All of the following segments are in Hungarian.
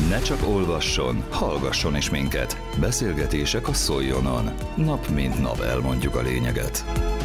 Ne csak olvasson, hallgasson is minket. Beszélgetések a Szoljonon. Nap mint nap elmondjuk a lényeget.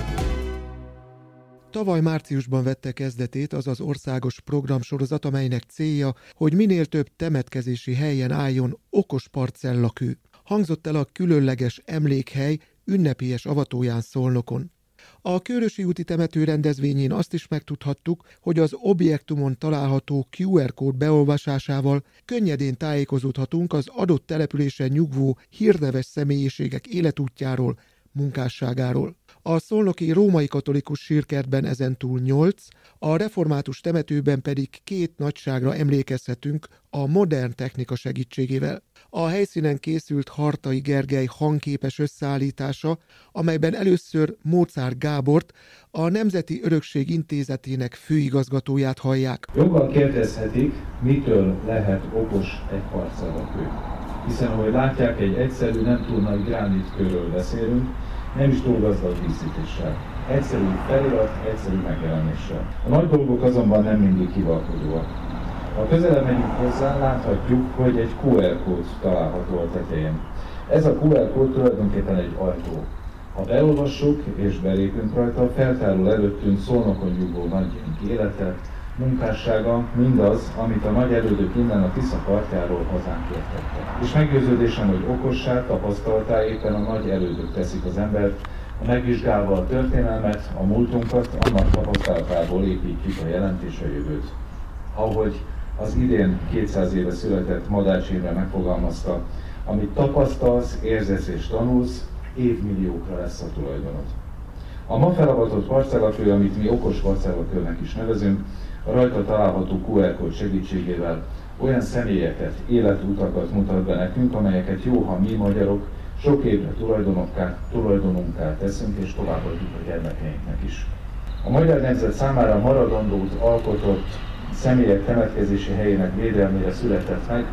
Tavaly márciusban vette kezdetét az az országos programsorozat, amelynek célja, hogy minél több temetkezési helyen álljon okos parcellakő. Hangzott el a különleges emlékhely ünnepélyes avatóján Szolnokon. A Kőrösi úti temető rendezvényén azt is megtudhattuk, hogy az objektumon található QR kód beolvasásával könnyedén tájékozódhatunk az adott településen nyugvó hírneves személyiségek életútjáról, munkásságáról. A szolnoki római katolikus sírkertben ezentúl 8, a református temetőben pedig 2 nagyságra emlékezhetünk a modern technika segítségével. A helyszínen készült Hartai Gergely hangképes összeállítása, amelyben először Mozár Gábort, a Nemzeti Örökség Intézetének főigazgatóját hallják. Jobban kérdezhetik, mitől lehet okos egy parcellakő. Hiszen, ahogy látják, egy egyszerű, nem túl nagy gránitkőről beszélünk, nem is túl gazdag díszítéssel. Egyszerű felirat, egyszerű megjelenéssel. A nagy dolgok azonban nem mindig hivalkodóak. Ha közelebb megyünk hozzá, láthatjuk, hogy egy QR kód található a tetején. Ez a QR kód tulajdonképpen egy ajtó. Ha beolvassuk és belépünk rajta, feltárul előttünk Szolnokon nyugvó nagyjaink élete, munkássága, mindaz, amit a nagy elődök innen a Tisza partjáról hazánk értettek. És meggyőződésem, hogy okossá, tapasztaltá éppen a nagy elődök teszik az embert, ha megvizsgálva a történelmet, a múltunkat, annak tapasztalatából építjük a jelent és a jövőt. Ahogy az idén 200 éve született Madács Imre megfogalmazta, amit tapasztalsz, érzesz és tanulsz, évmilliókra lesz a tulajdonod. A ma felavatott parcellakő, amit mi okos parcellakőnek is nevezünk, a rajta található QR kód segítségével olyan személyeket, életutakat mutat be nekünk, amelyeket jó, ha mi magyarok sok évre tulajdonunká teszünk, és továbbadjuk a gyermekeinknek is. A magyar nemzet számára maradandót alkotott személyek temetkezési helyének védelmére született meg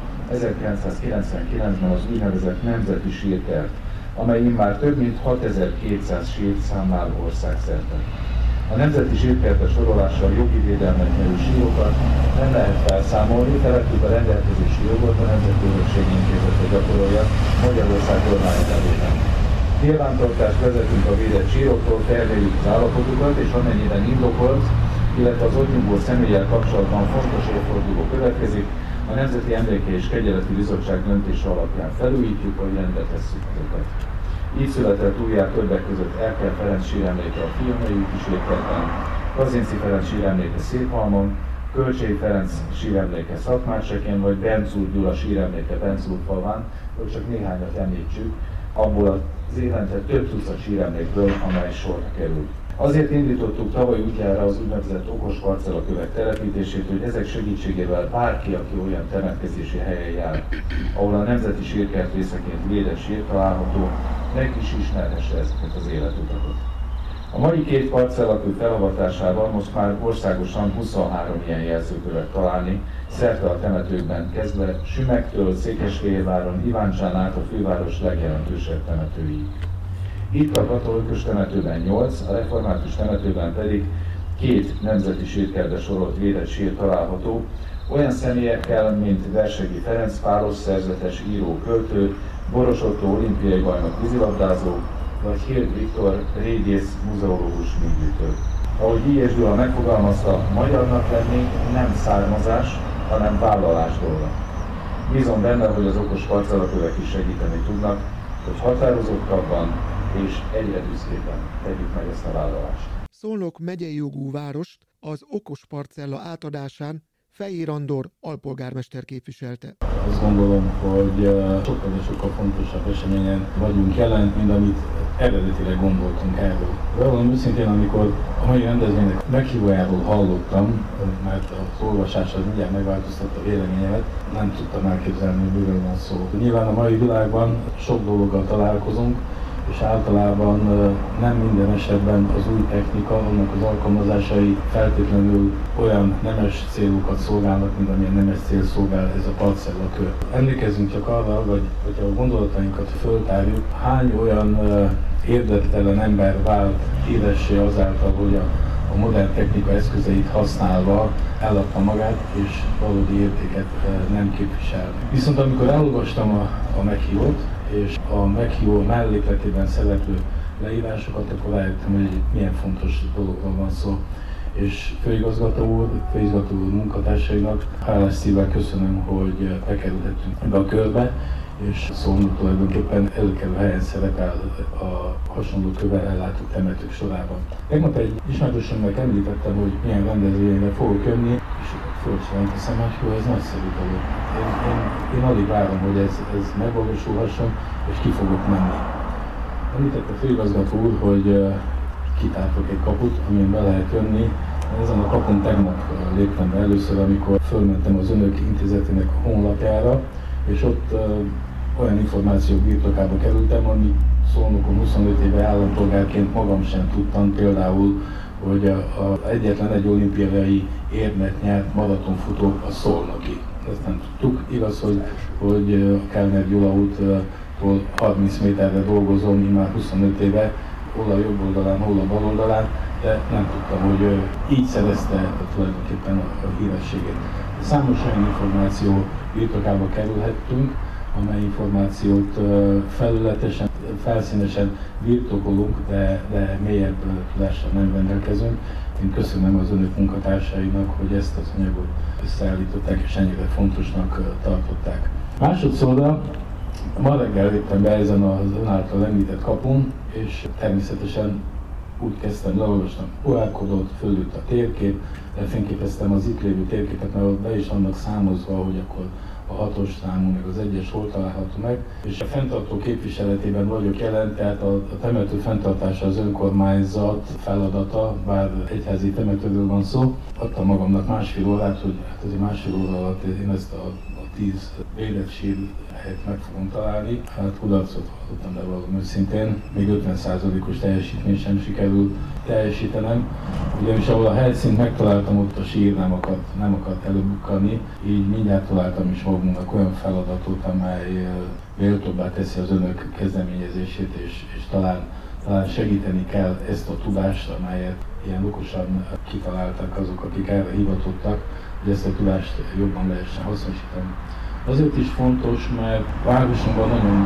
1999-ben az úgynevezett Nemzeti Sírkert, amely immár több mint 6200 sírt számlál országszerte. A Nemzeti Sírkert sorolással jogi védelmet nyerő sírokat nem lehet felszámolni, felettük a rendelkezési jogot a Nemzeti Örökség Intézete gyakorolja Magyarország kormányzatában. Nyilvántartást vezetünk a védett síroktól, felmérjük az állapotukat, és amennyiben indokolt, illetve az ott nyugvó személlyel kapcsolatban fontos évforduló következik, a Nemzeti Emléke és Kegyeleti Bizottság döntése alapján felújítjuk, vagy rendbe tesszük azokat. Így született újjá többek között Erkel Ferenc síremléke a Fiumei úti sírkertben, Kazinczy Ferenc síremléke Széphalmon, Kölcsey Ferenc síremléke Szatmársekén, vagy Bencúr Gyula síremléke Bencúrfalván, hogy csak néhányat említsük, abból az évente több tucat síremlékből, amely sorra került. Azért indítottuk tavaly útjára az úgynevezett okos parcellakövek telepítését, hogy ezek segítségével bárki, aki olyan temetkezési helyen jár, ahol a Nemzeti Sírkert részeként védett sír található, meg is ismerhesse ezeket az életutakat. A mai 2 parcellakő felavatásával most már országosan 23 ilyen jelzőkövet találni, szerte a temetőkben, kezdve Sümegtől Székesfehérváron, Iváncsán át a főváros legjelentősebb temetőig. Itt a katolikus temetőben 8, a református temetőben pedig 2 nemzeti sírkertbe sorolt védett sír található, olyan személyekkel, mint Versegyi Ferenc pálos szerzetes író, költő, Boros Ottó olimpiai bajnok vízilabdázó, vagy Hird Viktor régész, muzeológus műgyűjtő. Ahogy I.S. Gyula megfogalmazta, magyarnak lenni nem származás, hanem vállalás dolga. Bízom benne, hogy az okos parcellakövek is segíteni tudnak, hogy határozottabban és egyre büszkében tegyük meg ezt a vállalást. Szolnok megyei jogú várost az okos parcella átadásán Fejér Andor alpolgármester képviselte. Azt gondolom, hogy sokkal fontosabb eseményen vagyunk jelen, mint amit eredetileg gondoltunk erről. Valami őszintén, amikor a mai rendezvénynek meghívójáról hallottam, mert az olvasás az mindjárt megváltoztatta véleményemet, nem tudtam elképzelni, hogy miről van szó. Nyilván a mai világban sok dologgal találkozunk, és általában nem minden esetben az új technika, annak az alkalmazásai feltétlenül olyan nemes célokat szolgálnak, mint amilyen nemes cél szolgál ez a parcellakő. Emlékezzünk csak arra, hogy ha a gondolatainkat föltárjuk, hány olyan érdektelen ember vált híressé azáltal, hogy a a modern technika eszközeit használva eladta magát, és valódi értéket nem képvisel. Viszont amikor elolvastam a meghívót, és a meghívó mellékletében szereplő leírásokat, akkor rájöttem, hogy milyen fontos dologról van szó. És főigazgató úr munkatársainak hálás szívvel köszönöm, hogy bekerülhettünk ebbe a körbe, és Szolnok tulajdonképpen előkelő helyen szerepel a hasonló kővel ellátott temetők sorában. Tegnap egy ismerősömnek említettem, hogy milyen rendezvényre fogok jönni, és fölcsinált a szemem, hogy ez nagyszerű dolog. Én alig várom, hogy ez megvalósulhasson, és ki fogok menni. Említette a főigazgató úr, hogy kitártok egy kaput, amin be lehet jönni. Ezen a kapun tegnap léptem be először, amikor fölmentem az Önök Intézetének a honlapjára, és ott olyan információk birtokába kerültem, amit Szolnokon 25 éve állampolgárként magam sem tudtam, például, hogy az egyetlen egy olimpiai érmet nyert maratonfutó a szolnoki. Ezt nem tudtuk. Igaz, hogy a Kellner Gyula úttól 30 méterre dolgozom, már 25 éve, hol a jobb oldalán, hol a bal oldalán, de nem tudtam, hogy így szerezte tulajdonképpen a hírességét. Számos olyan információ birtokába kerülhettünk, amely információt felületesen, felszínesen birtokolunk, de mélyebb tudással nem rendelkezünk. Én köszönöm az Önök munkatársainak, hogy ezt az anyagot összeállították és ennyire fontosnak tartották. Másodszorra ma reggel léptem be ezen az ön által említett kapun, és természetesen úgy kezdtem, leolvastam QR-kódot, fölült a térkép, lefényképeztem az itt lévő térképet, mert be is vannak számozva, hogy akkor a 6-os számú, meg az 1-es hol található meg, és a fenntartó képviseletében vagyok jelen, tehát a temető fenntartása az önkormányzat feladata, bár egyházi temetőről van szó. Adtam magamnak másfél órát, hogy hát azért másfél óra alatt én ezt a 10 védett sír helyet meg fogom találni. Hát kudarcot hallottam, de valami őszintén, még 50%-os teljesítmény sem sikerült teljesítenem. Ugyanis ahol a helyszínt megtaláltam, ott a sír nem akart előbukkani, így mindjárt találtam is magunknak olyan feladatot, amely méltóbbá teszi az Önök kezdeményezését, és talán segíteni kell ezt a tudást, amelyet ilyen okosan kitaláltak azok, akik erre hivatottak, hogy ezt a tudást jobban lehessen hasznosítani. Azért is fontos, mert városunkban nagyon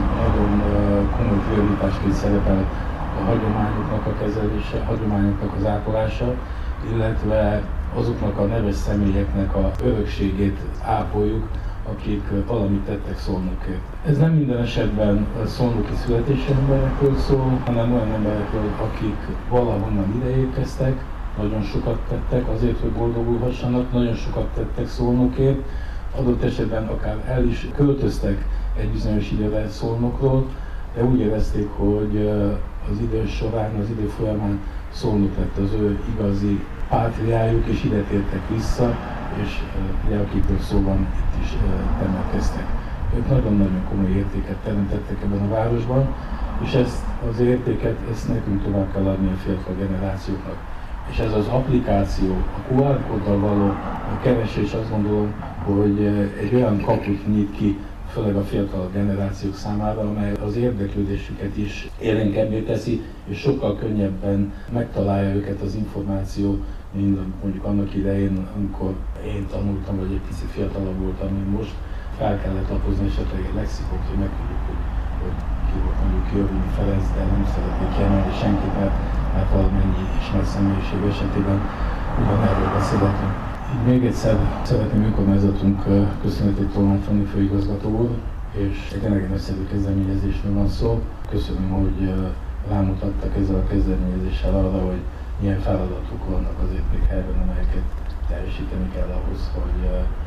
komoly prioritásként szerepel a hagyományoknak a kezelése, a hagyományoknak az ápolása, illetve azoknak a neves személyeknek a örökségét ápoljuk, akik valamit tettek Szolnokért. Ez nem minden esetben szolnoki születésű emberekről szól, hanem olyan emberekről, akik valahonnan ideérkeztek, nagyon sokat tettek azért, hogy boldogulhassanak, nagyon sokat tettek Szolnokért, adott esetben akár el is költöztek egy bizonyos időre Szolnokról, de úgy érezték, hogy az idő során, az idő folyamán Szolnok lett az ő igazi pátriájuk, és ide tértek vissza, és ugye akikről szó van, itt is temetkeztek. Ők nagyon-nagyon komoly értéket teremtettek ebben a városban, és ezt az értéket, ezt nekünk tovább kell adni a fiatal generációknak. És ez az applikáció, a QR kóddal való keresés, azt gondolom, hogy egy olyan kaput nyit ki, főleg a fiatal generációk számára, amely az érdeklődésüket is élénkebbé teszi, és sokkal könnyebben megtalálja őket az információ, mint mondjuk annak idején, amikor én tanultam, vagy egy picit fiatalabb voltam, mint most, fel kellett lapozni esetleg egy lexikont, hogy megtudjuk, hogy ki volt mondjuk Jövőni Ferenc, de nem szeretnék kiemelni senkit, mert valamennyi ismert személyiség esetében ugyanerről beszélhetünk. Így még egyszer szeretném önkormányzatunk köszönetét tolmácsolni, főigazgató úr, és egy tényleg nagyszerű kezdeményezésről van szó. Köszönöm, hogy rámutattak ezzel a kezdeményezéssel arra, hogy milyen feladatok vannak azért még helyben, amelyeket teljesíteni kell ahhoz, hogy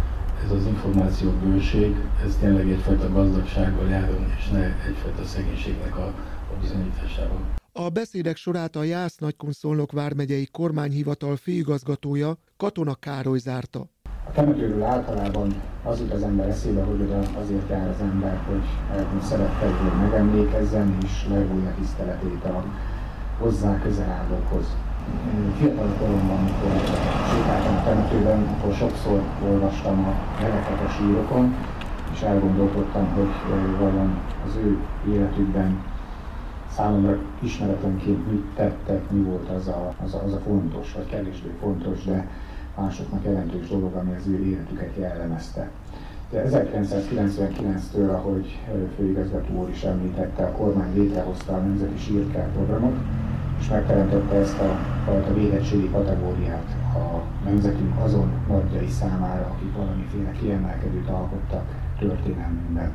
ez az információ bőség, ez tényleg egyfajta gazdagsággal járjon, és ne egyfajta szegénységnek a bizonyításával. A beszédek sorát a Jász-Nagykun-Szolnok vármegyei kormányhivatal főigazgatója, Katona Károly zárta. A temetőről általában az jut az ember eszébe, hogy oda azért jár az ember, hogy szeretteikről megemlékezzen, és lerója tiszteletét a hozzá közel állókhoz. Fiatal koromban, amikor sétáltam a temetőben, akkor sokszor olvastam a neveket a sírokon, és elgondolkodtam, hogy vajon az ő életükben számomra ismeretlenként mit tettek, mi volt az a fontos, vagy kevésbé fontos, de másoknak jelentős dolog, ami az ő életüket jellemezte. De 1999-től, ahogy főigazgató úr is említette, a kormány létrehozta a Nemzeti Sírkert programot, és megteremtette ezt a fajta védettségi kategóriát a nemzetünk azon nagyjai számára, akik valamiféle kiemelkedőt alkottak történelmünkben.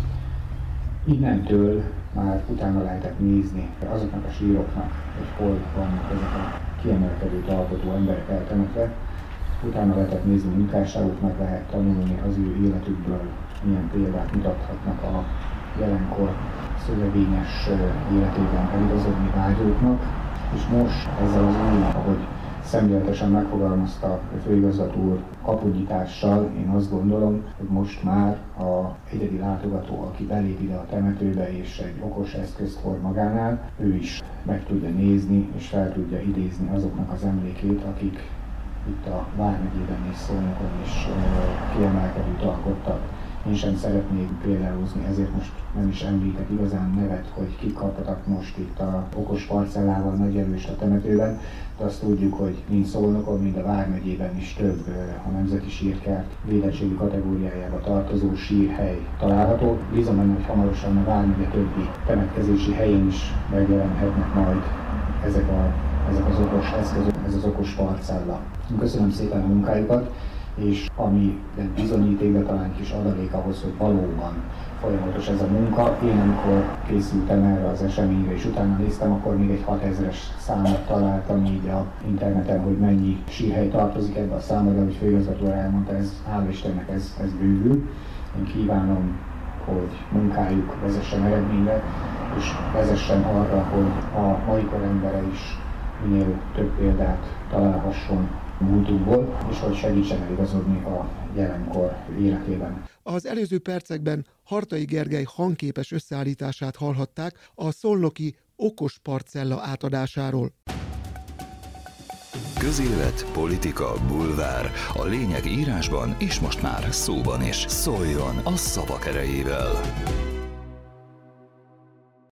Innentől már utána lehetett nézni azoknak a síroknak, hogy hol vannak ezek a kiemelkedőt alkotó emberek eltemetve. Utána lehetett nézni munkásságot, meg lehet tanulni az ő életükből, milyen példát mutathatnak a jelenkor szövevényes életében eligazodni vágyóknak. És most ezzel az új, ahogy szemléletesen megfogalmazta a főigazgató úr kapunyitással, én azt gondolom, hogy most már a egyedi látogató, aki belép ide a temetőbe és egy okos eszközt hord magánál, ő is meg tudja nézni és fel tudja idézni azoknak az emlékét, akik itt a Vármegyében és Szolnokon is kiemelkedőt alkottak. Én sem szeretnék példáulni, ezért most nem is említek igazán nevet, hogy kik kaptak most itt a okos parcellával nagy erőst a temetőben, de azt tudjuk, hogy mind Szolnokon, mind a Vármegyében is több a Nemzeti Sírkert védettségi kategóriájába tartozó sírhely található. Bízom benne, hogy hamarosan a Vármegye többi temetkezési helyén is megjelenhetnek majd ezek az okos eszközök, ez az okos parcella. Köszönöm szépen a munkájukat, és ami bizonyíték, de talán kis adalék ahhoz, hogy valóban folyamatos ez a munka. Én amikor készültem erre az eseményre, és utána néztem, akkor még egy 6000-es számot találtam így a interneten, hogy mennyi sírhely tartozik ebbe a számba, de ahogy főigazgató elmondta, ez hála Istennek ez bővül. Én kívánom, hogy munkájuk vezessen eredményre, és vezessen arra, hogy a mai kor embere is minél több példát találhasson múltunkból, és hogy segítsen eligazodni a jelenkor életében. Az előző percekben Hartai Gergely hangképes összeállítását hallhatták a szolnoki okos parcella átadásáról. Közélet, politika, bulvár. A lényeg írásban és most már szóban is. Szóljon a szavak erejével!